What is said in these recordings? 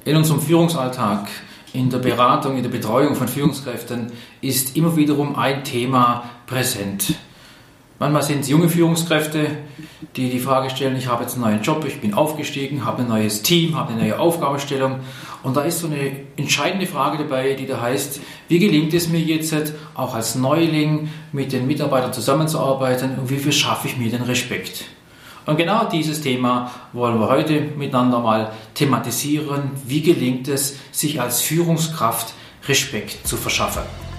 In unserem Führungsalltag, in der Beratung, in der Betreuung von Führungskräften ist immer wiederum ein Thema präsent. Manchmal sind es junge Führungskräfte, die die Frage stellen, ich habe jetzt einen neuen Job, ich bin aufgestiegen, habe ein neues Team, habe eine neue Aufgabenstellung. Und da ist so eine entscheidende Frage dabei, die da heißt, wie gelingt es mir jetzt auch als Neuling mit den Mitarbeitern zusammenzuarbeiten und wie viel schaffe ich mir den Respekt? Und genau dieses Thema wollen wir heute miteinander mal thematisieren. Wie gelingt es, sich als Führungskraft Respekt zu verschaffen?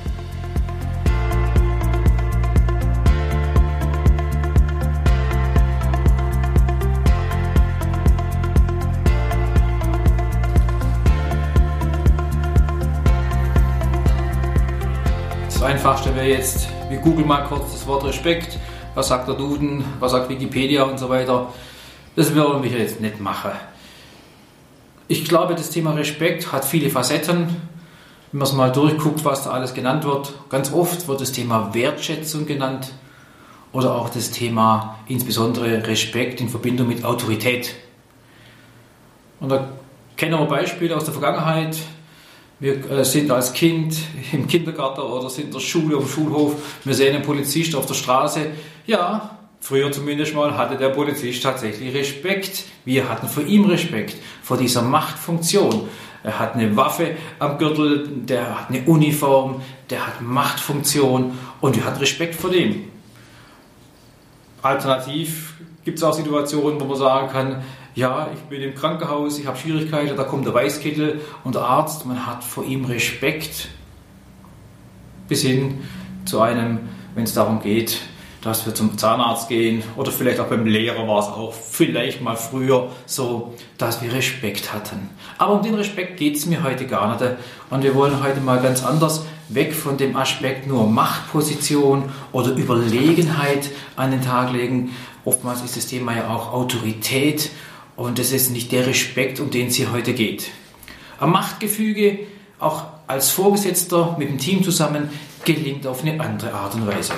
Das Einfachste wäre jetzt, wir googeln mal kurz das Wort Respekt. Was sagt der Duden, was sagt Wikipedia und so weiter. Das werden wir jetzt nicht machen. Ich glaube, das Thema Respekt hat viele Facetten. Wenn man es mal durchguckt, was da alles genannt wird. Ganz oft wird das Thema Wertschätzung genannt oder auch das Thema insbesondere Respekt in Verbindung mit Autorität. Und da kennen wir Beispiele aus der Vergangenheit. Wir sind als Kind im Kindergarten oder sind in der Schule, auf dem Schulhof. Wir sehen einen Polizist auf der Straße. Ja, früher zumindest mal hatte der Polizist tatsächlich Respekt. Wir hatten vor ihm Respekt, vor dieser Machtfunktion. Er hat eine Waffe am Gürtel, der hat eine Uniform, der hat Machtfunktion und wir hatten Respekt vor dem. Alternativ gibt es auch Situationen, wo man sagen kann, ja, ich bin im Krankenhaus, ich habe Schwierigkeiten, da kommt der Weißkittel und der Arzt, man hat vor ihm Respekt. Bis hin zu einem, wenn es darum geht, dass wir zum Zahnarzt gehen oder vielleicht auch beim Lehrer war es auch vielleicht mal früher so, dass wir Respekt hatten. Aber um den Respekt geht es mir heute gar nicht und wir wollen heute mal ganz anders weg von dem Aspekt nur Machtposition oder Überlegenheit an den Tag legen. Oftmals ist das Thema ja auch Autorität. Und das ist nicht der Respekt, um den es hier heute geht. Am Machtgefüge, auch als Vorgesetzter mit dem Team zusammen, gelingt auf eine andere Art und Weise.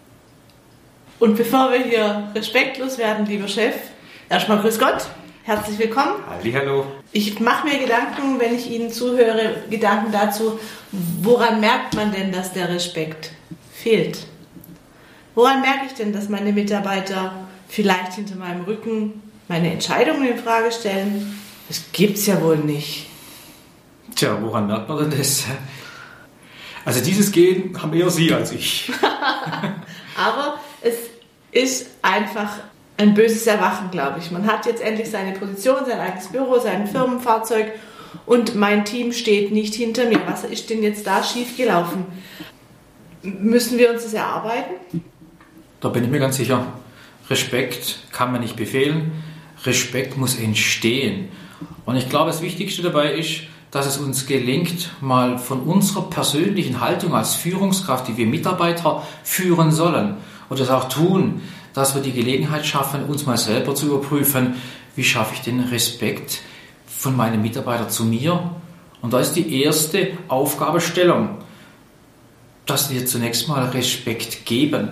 Und bevor wir hier respektlos werden, lieber Chef, erstmal grüß Gott, herzlich willkommen. Hallihallo. Ich mache mir Gedanken, wenn ich Ihnen zuhöre, Gedanken dazu, woran merkt man denn, dass der Respekt fehlt? Woran merke ich denn, dass meine Mitarbeiter vielleicht hinter meinem Rücken meine Entscheidungen in Frage stellen? Das gibt's ja wohl nicht. Tja, woran merkt man denn das? Also dieses Gen haben eher Sie als ich. Aber es ist einfach ein böses Erwachen, glaube ich. Man hat jetzt endlich seine Position, sein eigenes Büro, sein Firmenfahrzeug und mein Team steht nicht hinter mir. Was ist denn jetzt da schiefgelaufen? Müssen wir uns das erarbeiten? Da bin ich mir ganz sicher. Respekt kann man nicht befehlen. Respekt muss entstehen. Und ich glaube, das Wichtigste dabei ist, dass es uns gelingt, mal von unserer persönlichen Haltung als Führungskraft, die wir Mitarbeiter führen sollen, und das auch tun, dass wir die Gelegenheit schaffen, uns mal selber zu überprüfen, wie schaffe ich den Respekt von meinem Mitarbeiter zu mir. Und da ist die erste Aufgabenstellung, dass wir zunächst mal Respekt geben.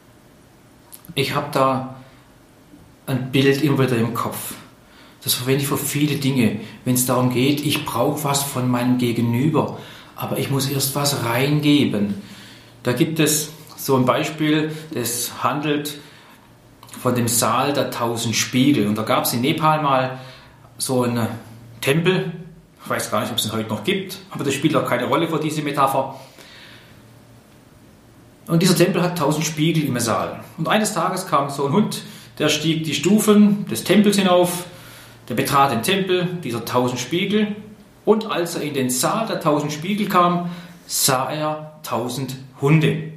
Ich habe da ein Bild immer wieder im Kopf. Das verwende ich für viele Dinge, wenn es darum geht, ich brauche was von meinem Gegenüber, aber ich muss erst was reingeben. Da gibt es so ein Beispiel, das handelt von dem Saal der 1000 Spiegel. Und da gab es in Nepal mal so einen Tempel, ich weiß gar nicht, ob es ihn heute noch gibt, aber das spielt auch keine Rolle für diese Metapher. Und dieser Tempel hat 1000 Spiegel im Saal. Und eines Tages kam so ein Hund, der stieg die Stufen des Tempels hinauf, der betrat den Tempel, dieser 1000 Spiegel, und als er in den Saal der 1000 Spiegel kam, sah er 1000 Hunde.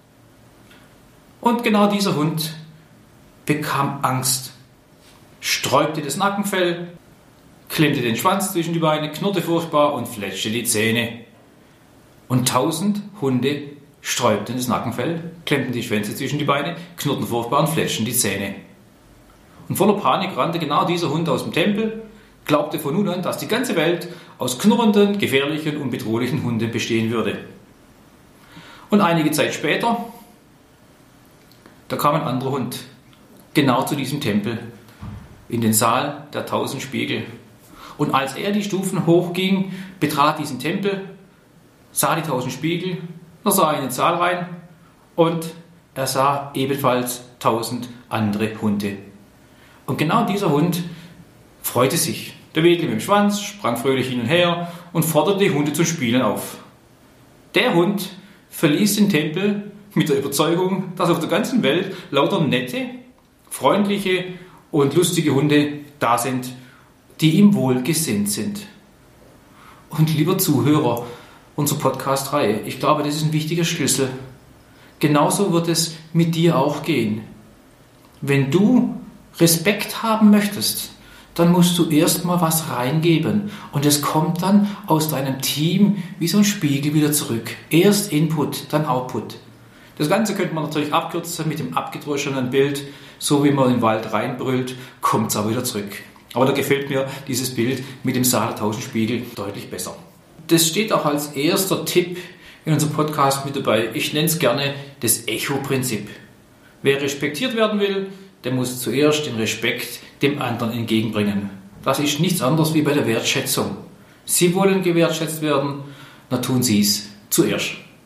Und genau dieser Hund bekam Angst, sträubte das Nackenfell, klemmte den Schwanz zwischen die Beine, knurrte furchtbar und fletschte die Zähne. Und 1000 Hunde sträubten das Nackenfell, klemmten die Schwänze zwischen die Beine, knurrten furchtbar und fletschten die Zähne. Und voller Panik rannte genau dieser Hund aus dem Tempel, glaubte von nun an, dass die ganze Welt aus knurrenden, gefährlichen und bedrohlichen Hunden bestehen würde. Und einige Zeit später, da kam ein anderer Hund, genau zu diesem Tempel, in den Saal der 1000 Spiegel. Und als er die Stufen hochging, betrat diesen Tempel, sah die 1000 Spiegel, er sah in eine Zahl rein und er sah ebenfalls 1000 andere Hunde. Und genau dieser Hund freute sich. Der wedelte mit dem Schwanz, sprang fröhlich hin und her und forderte die Hunde zum Spielen auf. Der Hund verließ den Tempel mit der Überzeugung, dass auf der ganzen Welt lauter nette, freundliche und lustige Hunde da sind, die ihm wohlgesinnt sind. Und lieber Zuhörer unserer Podcast-Reihe, ich glaube, das ist ein wichtiger Schlüssel. Genauso wird es mit dir auch gehen. Wenn du Respekt haben möchtest, dann musst du erstmal was reingeben und es kommt dann aus deinem Team wie so ein Spiegel wieder zurück. Erst Input, dann Output. Das Ganze könnte man natürlich abkürzen mit dem abgedroschenen Bild, so wie man in den Wald reinbrüllt, kommt es auch wieder zurück. Aber da gefällt mir dieses Bild mit dem Saal 1000 Spiegel deutlich besser. Das steht auch als erster Tipp in unserem Podcast mit dabei. Ich nenne es gerne das Echo-Prinzip. Wer respektiert werden will, der muss zuerst den Respekt dem anderen entgegenbringen. Das ist nichts anderes wie bei der Wertschätzung. Sie wollen gewertschätzt werden, dann tun Sie es zuerst.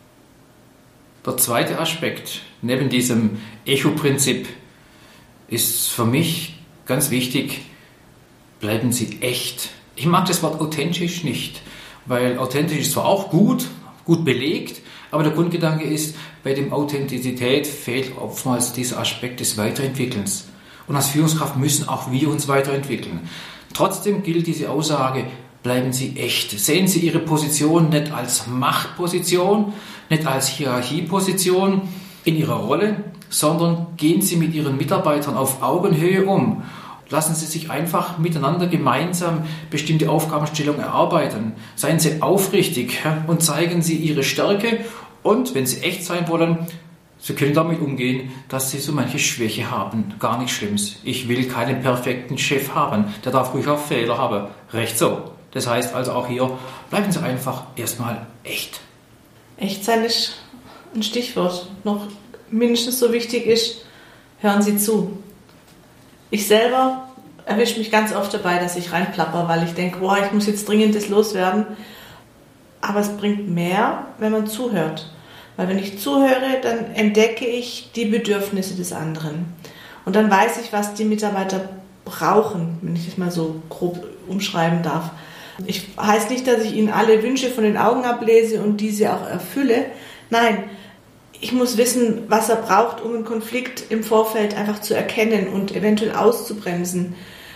Der zweite Aspekt neben diesem Echo-Prinzip ist für mich ganz wichtig, bleiben Sie echt. Ich mag das Wort authentisch nicht, weil authentisch ist zwar auch gut belegt, aber der Grundgedanke ist, bei dem Authentizität fehlt oftmals dieser Aspekt des Weiterentwickelns. Und als Führungskraft müssen auch wir uns weiterentwickeln. Trotzdem gilt diese Aussage, bleiben Sie echt. Sehen Sie Ihre Position nicht als Machtposition, nicht als Hierarchieposition in Ihrer Rolle, sondern gehen Sie mit Ihren Mitarbeitern auf Augenhöhe um. Lassen Sie sich einfach miteinander gemeinsam bestimmte Aufgabenstellungen erarbeiten. Seien Sie aufrichtig und zeigen Sie Ihre Stärke. Und wenn Sie echt sein wollen, Sie können damit umgehen, dass Sie so manche Schwäche haben. Gar nichts Schlimmes. Ich will keinen perfekten Chef haben. Der darf ruhig auch Fehler haben. Recht so. Das heißt also auch hier, bleiben Sie einfach erstmal echt. Echt sein ist ein Stichwort. Noch mindestens so wichtig ist, hören Sie zu. Ich selber erwische mich ganz oft dabei, dass ich reinplapper, weil ich denke, boah, ich muss jetzt dringend das loswerden. Aber es bringt mehr, wenn man zuhört. Weil wenn ich zuhöre, dann entdecke ich die Bedürfnisse des anderen. Und dann weiß ich, was die Mitarbeiter brauchen, wenn ich das mal so grob umschreiben darf. Ich heißt nicht, dass ich ihnen alle Wünsche von den Augen ablese und diese auch erfülle. Nein, ich muss wissen, was er braucht, um einen Konflikt im Vorfeld einfach zu erkennen und eventuell auszubremsen.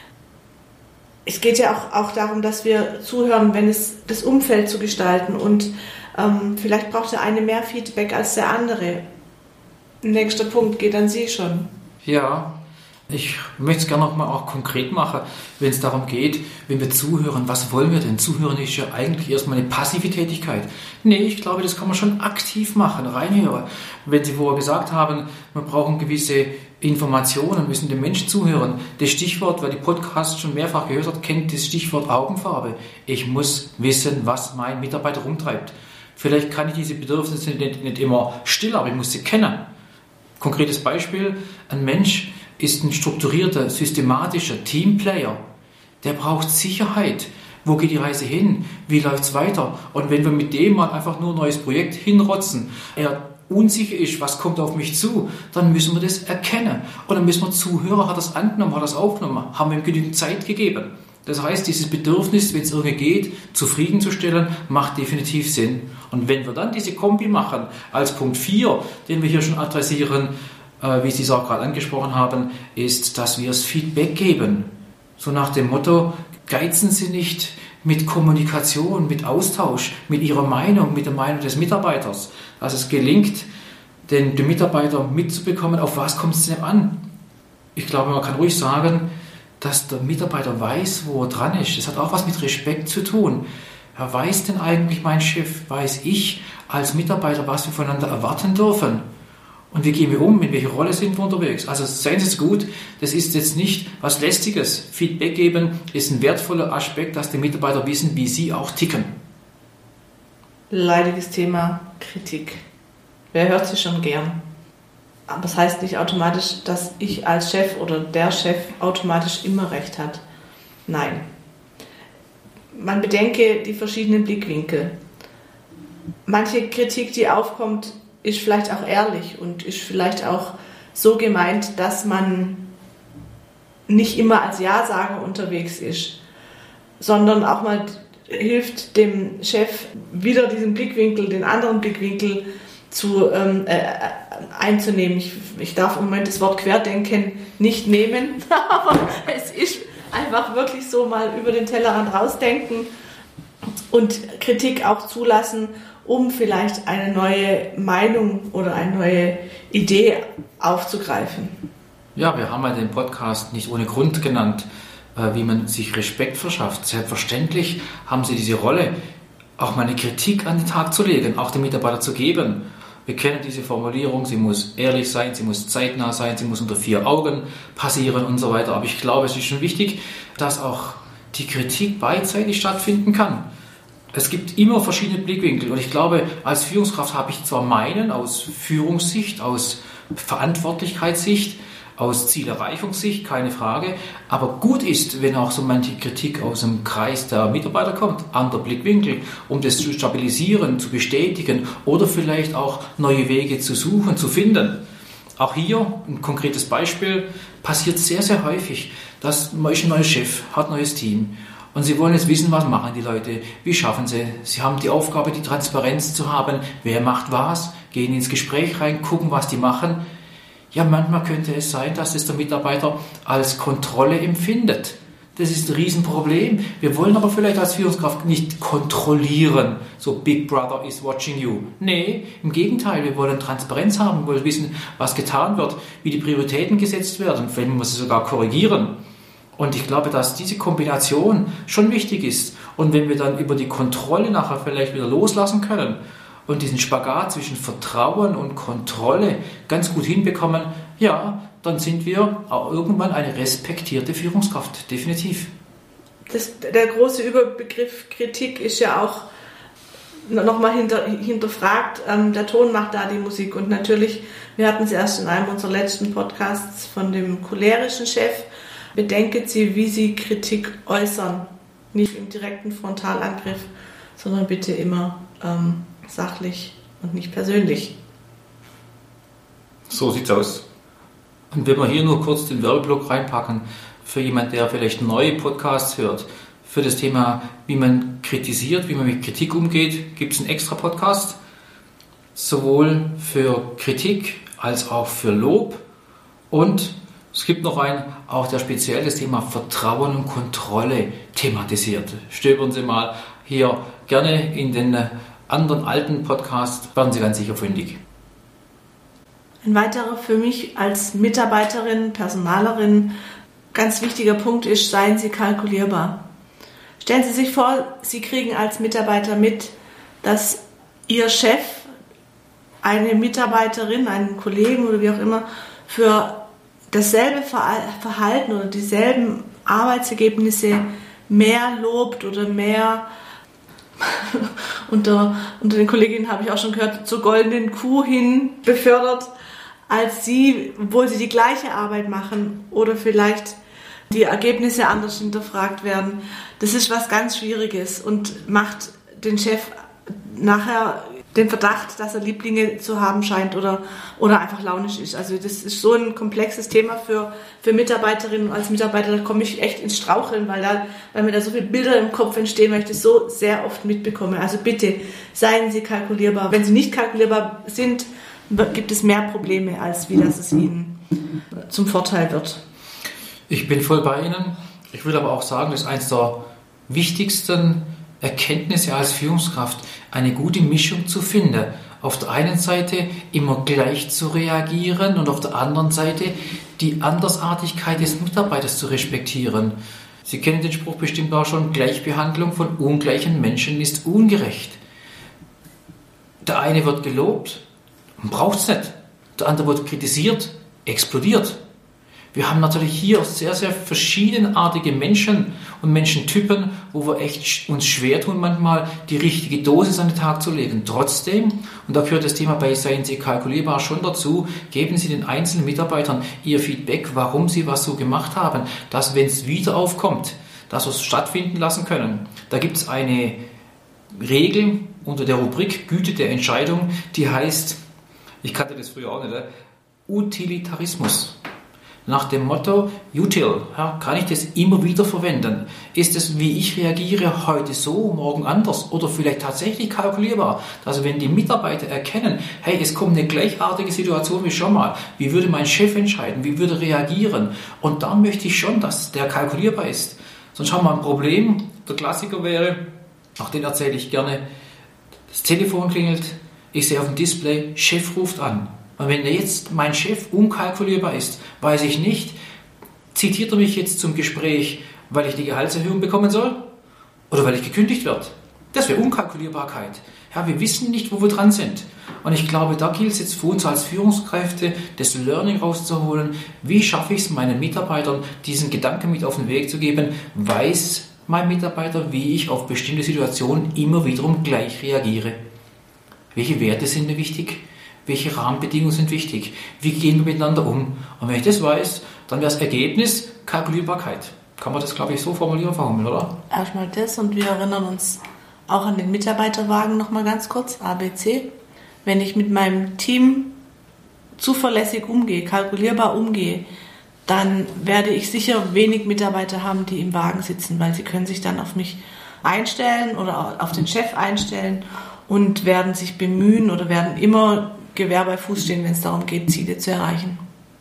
Es geht ja auch darum, dass wir zuhören, wenn es das Umfeld zu gestalten und vielleicht braucht der eine mehr Feedback als der andere. Nächster Punkt geht an Sie schon. Ja, ich möchte es gerne noch mal auch konkret machen, wenn es darum geht, wenn wir zuhören, was wollen wir denn? Zuhören ist ja eigentlich erstmal eine passive Tätigkeit. Nee, ich glaube, das kann man schon aktiv machen, reinhören. Wenn Sie vorher gesagt haben, wir brauchen gewisse Informationen, müssen dem Menschen zuhören. Das Stichwort, wer die Podcasts schon mehrfach gehört hat, kennt das Stichwort Augenfarbe. Ich muss wissen, was mein Mitarbeiter rumtreibt. Vielleicht kann ich diese Bedürfnisse nicht immer still, aber ich muss sie kennen. Konkretes Beispiel, ein Mensch ist ein strukturierter, systematischer Teamplayer. Der braucht Sicherheit. Wo geht die Reise hin? Wie läuft es weiter? Und wenn wir mit dem mal einfach nur ein neues Projekt hinrotzen, er unsicher ist, was kommt auf mich zu, dann müssen wir das erkennen. Und dann müssen wir zuhören, hat er es angenommen, hat er es aufgenommen, haben wir ihm genügend Zeit gegeben. Das heißt, dieses Bedürfnis, wenn es irgendwie geht, zufriedenzustellen, macht definitiv Sinn. Und wenn wir dann diese Kombi machen, als Punkt 4, den wir hier schon adressieren, wie Sie es auch gerade angesprochen haben, ist, dass wir das Feedback geben. So nach dem Motto, geizen Sie nicht mit Kommunikation, mit Austausch, mit Ihrer Meinung, mit der Meinung des Mitarbeiters. Dass es gelingt, den Mitarbeiter mitzubekommen, auf was kommt es denn an. Ich glaube, man kann ruhig sagen, dass der Mitarbeiter weiß, wo er dran ist. Das hat auch was mit Respekt zu tun. Wer weiß denn eigentlich, mein Chef, weiß ich als Mitarbeiter, was wir voneinander erwarten dürfen? Und wie gehen wir um? In welcher Rolle sind wir unterwegs? Also seien Sie es gut, das ist jetzt nicht was Lästiges. Feedback geben ist ein wertvoller Aspekt, dass die Mitarbeiter wissen, wie sie auch ticken. Leidiges Thema Kritik. Wer hört sie schon gern? Aber das heißt nicht automatisch, dass ich als Chef oder der Chef automatisch immer recht hat. Nein. man bedenke die verschiedenen Blickwinkel. Manche Kritik, die aufkommt, ist vielleicht auch ehrlich und ist vielleicht auch so gemeint, dass man nicht immer als Ja-Sager unterwegs ist, sondern auch mal hilft dem Chef wieder diesen Blickwinkel, den anderen Blickwinkel einzunehmen. Ich darf im Moment das Wort Querdenken nicht nehmen, aber es ist einfach wirklich so, mal über den Tellerrand rausdenken und Kritik auch zulassen, um vielleicht eine neue Meinung oder eine neue Idee aufzugreifen. Ja, wir haben ja den Podcast nicht ohne Grund genannt, wie man sich Respekt verschafft. Selbstverständlich haben Sie diese Rolle, auch mal eine Kritik an den Tag zu legen, auch dem Mitarbeiter zu geben. Wir kennen diese Formulierung, sie muss ehrlich sein, sie muss zeitnah sein, sie muss unter 4 Augen passieren und so weiter. Aber ich glaube, es ist schon wichtig, dass auch die Kritik beidseitig stattfinden kann. Es gibt immer verschiedene Blickwinkel und ich glaube, als Führungskraft habe ich zwar meinen aus Führungssicht, aus Verantwortlichkeitssicht, aus Zielerreichungssicht, keine Frage, aber gut ist, wenn auch so manche Kritik aus dem Kreis der Mitarbeiter kommt, anderer Blickwinkel, um das zu stabilisieren, zu bestätigen oder vielleicht auch neue Wege zu suchen, zu finden. Auch hier ein konkretes Beispiel, passiert sehr, sehr häufig, dass man ist ein neuer Chef, hat ein neues Team und sie wollen jetzt wissen, was machen die Leute, wie schaffen sie. Sie haben die Aufgabe, die Transparenz zu haben, wer macht was, gehen ins Gespräch rein, gucken, was die machen. Ja, manchmal könnte es sein, dass es der Mitarbeiter als Kontrolle empfindet. Das ist ein Riesenproblem. Wir wollen aber vielleicht als Führungskraft nicht kontrollieren, so Big Brother is watching you. Nee, im Gegenteil, wir wollen Transparenz haben, wir wollen wissen, was getan wird, wie die Prioritäten gesetzt werden, vielleicht muss sie sogar korrigieren. Und ich glaube, dass diese Kombination schon wichtig ist. Und wenn wir dann über die Kontrolle nachher vielleicht wieder loslassen können, und diesen Spagat zwischen Vertrauen und Kontrolle ganz gut hinbekommen, ja, dann sind wir auch irgendwann eine respektierte Führungskraft, definitiv. Der große Überbegriff Kritik ist ja auch nochmal hinterfragt. Der Ton macht da die Musik und natürlich, wir hatten es erst in einem unserer letzten Podcasts von dem cholerischen Chef, bedenken Sie, wie Sie Kritik äußern, nicht im direkten Frontalangriff, sondern bitte immer sachlich und nicht persönlich. So sieht's aus. Und wenn wir hier nur kurz den Werbeblock reinpacken, für jemanden, der vielleicht neue Podcasts hört, für das Thema, wie man kritisiert, wie man mit Kritik umgeht, gibt es einen extra Podcast, sowohl für Kritik als auch für Lob. Und es gibt noch einen, auch der speziell das Thema Vertrauen und Kontrolle thematisiert. Stöbern Sie mal hier gerne in den anderen alten Podcasts, werden Sie ganz sicher fündig. Ein weiterer für mich als Mitarbeiterin, Personalerin, ganz wichtiger Punkt ist, seien Sie kalkulierbar. Stellen Sie sich vor, Sie kriegen als Mitarbeiter mit, dass Ihr Chef eine Mitarbeiterin, einen Kollegen oder wie auch immer für dasselbe Verhalten oder dieselben Arbeitsergebnisse mehr lobt oder mehr unter den Kolleginnen habe ich auch schon gehört, zur goldenen Kuh hin befördert, als Sie, obwohl Sie die gleiche Arbeit machen oder vielleicht die Ergebnisse anders hinterfragt werden. Das ist was ganz Schwieriges und macht den Chef nachher den Verdacht, dass er Lieblinge zu haben scheint oder einfach launisch ist. Also das ist so ein komplexes Thema für Mitarbeiterinnen und als Mitarbeiter, da komme ich echt ins Straucheln, weil mir da so viele Bilder im Kopf entstehen, weil ich das so sehr oft mitbekomme. Also bitte, seien Sie kalkulierbar. Wenn Sie nicht kalkulierbar sind, gibt es mehr Probleme, als wie dass es Ihnen zum Vorteil wird. Ich bin voll bei Ihnen. Ich will aber auch sagen, das ist eines der wichtigsten Erkenntnisse als Führungskraft, eine gute Mischung zu finden. Auf der einen Seite immer gleich zu reagieren und auf der anderen Seite die Andersartigkeit des Mitarbeiters zu respektieren. Sie kennen den Spruch bestimmt auch schon, Gleichbehandlung von ungleichen Menschen ist ungerecht. Der eine wird gelobt und braucht es nicht. Der andere wird kritisiert, explodiert. Wir haben natürlich hier sehr, sehr verschiedenartige Menschen und Menschentypen, wo wir echt uns schwer tun, manchmal die richtige Dosis an den Tag zu legen. Trotzdem, und da gehört das Thema bei Seien Sie kalkulierbar schon dazu, geben Sie den einzelnen Mitarbeitern ihr Feedback, warum sie was so gemacht haben, dass, wenn es wieder aufkommt, dass wir es stattfinden lassen können. Da gibt es eine Regel unter der Rubrik Güte der Entscheidung, die heißt, ich kannte das früher auch nicht, Utilitarismus. Nach dem Motto, util, kann ich das immer wieder verwenden? Ist es, wie ich reagiere, heute so, morgen anders oder vielleicht tatsächlich kalkulierbar? Also wenn die Mitarbeiter erkennen, hey, es kommt eine gleichartige Situation wie schon mal, wie würde mein Chef entscheiden, wie würde reagieren? Und dann möchte ich schon, dass der kalkulierbar ist. Sonst haben wir ein Problem. Der Klassiker wäre, auch den erzähle ich gerne, das Telefon klingelt, ich sehe auf dem Display, Chef ruft an. Und wenn jetzt mein Chef unkalkulierbar ist, weiß ich nicht, zitiert er mich jetzt zum Gespräch, weil ich die Gehaltserhöhung bekommen soll oder weil ich gekündigt werde. Das wäre Unkalkulierbarkeit. Ja, wir wissen nicht, wo wir dran sind. Und ich glaube, da gilt es jetzt für uns als Führungskräfte, das Learning rauszuholen. Wie schaffe ich es, meinen Mitarbeitern diesen Gedanken mit auf den Weg zu geben? Weiß mein Mitarbeiter, wie ich auf bestimmte Situationen immer wiederum gleich reagiere? Welche Werte sind mir wichtig? Welche Rahmenbedingungen sind wichtig? Wie gehen wir miteinander um? Und wenn ich das weiß, dann wäre das Ergebnis Kalkulierbarkeit. Kann man das, glaube ich, so formulieren, Frau Hummel, oder? Erstmal das und wir erinnern uns auch an den Mitarbeiterwagen nochmal ganz kurz, ABC. Wenn ich mit meinem Team zuverlässig umgehe, kalkulierbar umgehe, dann werde ich sicher wenig Mitarbeiter haben, die im Wagen sitzen, weil sie können sich dann auf mich einstellen oder auf den Chef einstellen und werden sich bemühen oder werden immer Gewehr bei Fuß stehen, wenn es darum geht, Ziele zu erreichen.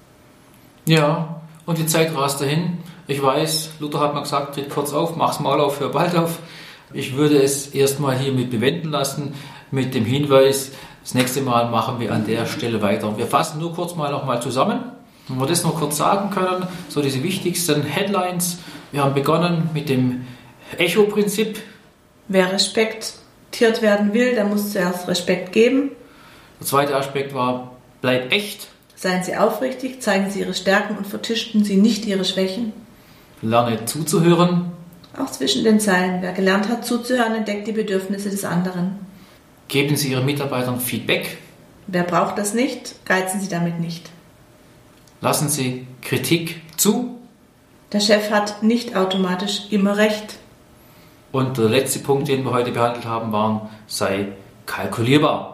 Ja, und die Zeit rast dahin. Ich weiß, Luther hat mal gesagt, tritt kurz auf, mach's Maul auf, hör bald auf. Ich würde es erstmal hiermit bewenden lassen, mit dem Hinweis, das nächste Mal machen wir an der Stelle weiter. Wir fassen nur kurz mal nochmal zusammen, wenn wir das noch kurz sagen können, so diese wichtigsten Headlines. Wir haben begonnen mit dem Echo-Prinzip. Wer respektiert werden will, der muss zuerst Respekt geben. Der zweite Aspekt war, bleib echt. Seien Sie aufrichtig, zeigen Sie Ihre Stärken und vertischen Sie nicht Ihre Schwächen. Lerne zuzuhören. Auch zwischen den Zeilen. Wer gelernt hat zuzuhören, entdeckt die Bedürfnisse des anderen. Geben Sie Ihren Mitarbeitern Feedback. Wer braucht das nicht, geizen Sie damit nicht. Lassen Sie Kritik zu. Der Chef hat nicht automatisch immer recht. Und der letzte Punkt, den wir heute behandelt haben, war, sei kalkulierbar.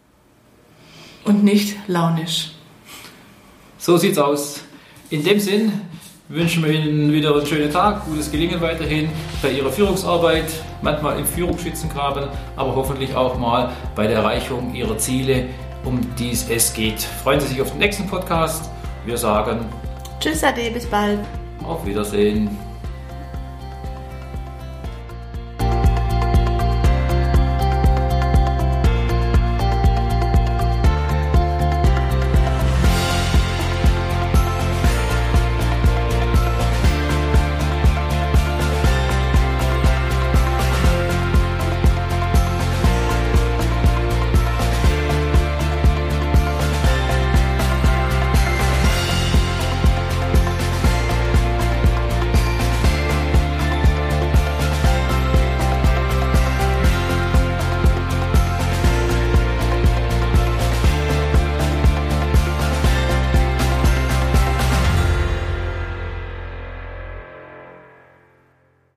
Und nicht launisch. So sieht's aus. In dem Sinn wünschen wir Ihnen wieder einen schönen Tag, gutes Gelingen weiterhin bei Ihrer Führungsarbeit, manchmal im Führungsschützengraben, aber hoffentlich auch mal bei der Erreichung Ihrer Ziele, um die es geht. Freuen Sie sich auf den nächsten Podcast. Wir sagen Tschüss, Ade, bis bald. auf Wiedersehen.